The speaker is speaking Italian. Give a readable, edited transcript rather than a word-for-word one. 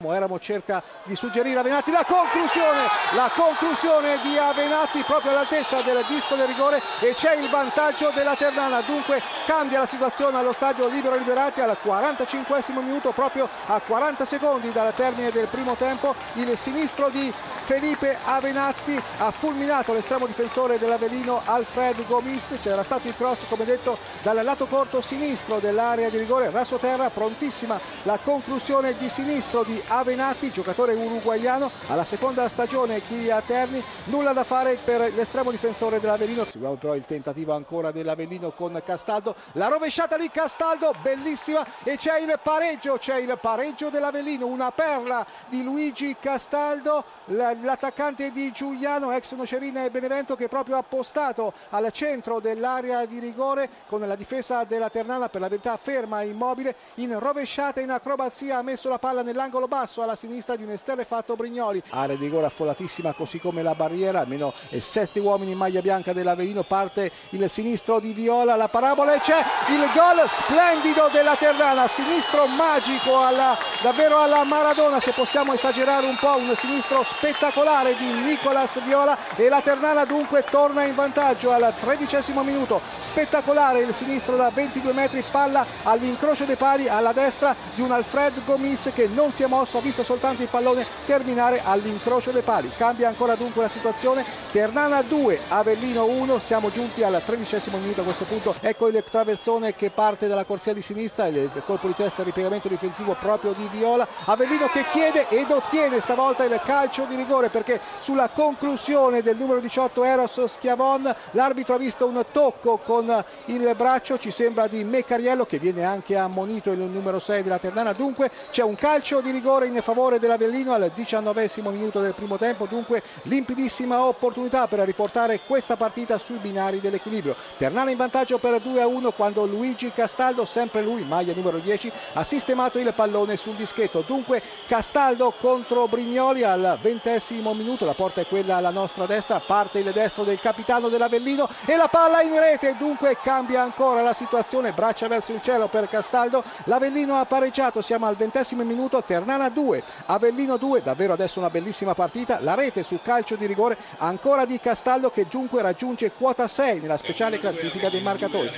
Eramo cerca di suggerire a Venatti la conclusione di Venatti proprio all'altezza del disco del rigore e c'è il vantaggio della Ternana. Dunque cambia la situazione allo stadio Libero Liberati al 45esimo minuto, proprio a 40 secondi dal termine del primo tempo. Il sinistro di Felipe Venatti ha fulminato l'estremo difensore dell'Avellino Alfred Gomis. C'era stato il cross, come detto, dal lato corto sinistro dell'area di rigore, raso terra, prontissima la conclusione di sinistro di Venatti, giocatore uruguaiano alla seconda stagione qui a Terni. Nulla da fare per l'estremo difensore dell'Avellino. Seguiamo però il tentativo ancora dell'Avellino con Castaldo, la rovesciata di Castaldo bellissima e c'è il pareggio dell'Avellino, una perla di Luigi Castaldo, l'attaccante di Giuliano, ex Nocerina e Benevento, che proprio appostato al centro dell'area di rigore con la difesa della Ternana, per la verità ferma e immobile, in rovesciata, in acrobazia ha messo la palla nell'angolo basso alla sinistra di un esterrefatto Brignoli. Area di rigore affollatissima, così come la barriera, almeno 7 uomini in maglia bianca dell'Avellino. Parte il sinistro di Viola, la parabola e c'è il gol splendido della Ternana, sinistro magico davvero alla Maradona, se possiamo esagerare un po', un sinistro spettacolare di Nicolas Viola e la Ternana dunque torna in vantaggio al 13esimo minuto. Spettacolare il sinistro da 22 metri, palla all'incrocio dei pali alla destra di un Alfred Gomis che non si è mosso, ha visto soltanto il pallone terminare all'incrocio dei pali. Cambia ancora dunque la situazione, Ternana 2, Avellino 1, siamo giunti al 13esimo minuto a questo punto. Ecco il traversone che parte dalla corsia di sinistra, il colpo di testa, il ripiegamento difensivo proprio di Viola. Avellino che chiede ed ottiene stavolta il calcio di rigore, perché sulla conclusione del numero 18 Eros Schiavon l'arbitro ha visto un tocco con il braccio, ci sembra di Meccariello, che viene anche ammonito il numero 6 della Ternana. Dunque c'è un calcio di rigore in favore dell'Avellino al 19esimo minuto del primo tempo. Dunque limpidissima opportunità per riportare questa partita sui binari dell'equilibrio. Ternana in vantaggio per 2-1 quando Luigi Castaldo, sempre lui, maglia numero 10, ha sistemato il pallone sul dischetto. Dunque Castaldo contro Brignoli al 20esimo minuto, la porta è quella alla nostra destra, parte il destro del capitano dell'Avellino e la palla in rete. Dunque cambia ancora la situazione, braccia verso il cielo per Castaldo. L'Avellino ha pareggiato, siamo al 20esimo minuto, Ternana 2, Avellino 2, davvero adesso una bellissima partita. La rete su calcio di rigore ancora di Castaldo, che dunque raggiunge quota 6 nella speciale classifica dei marcatori.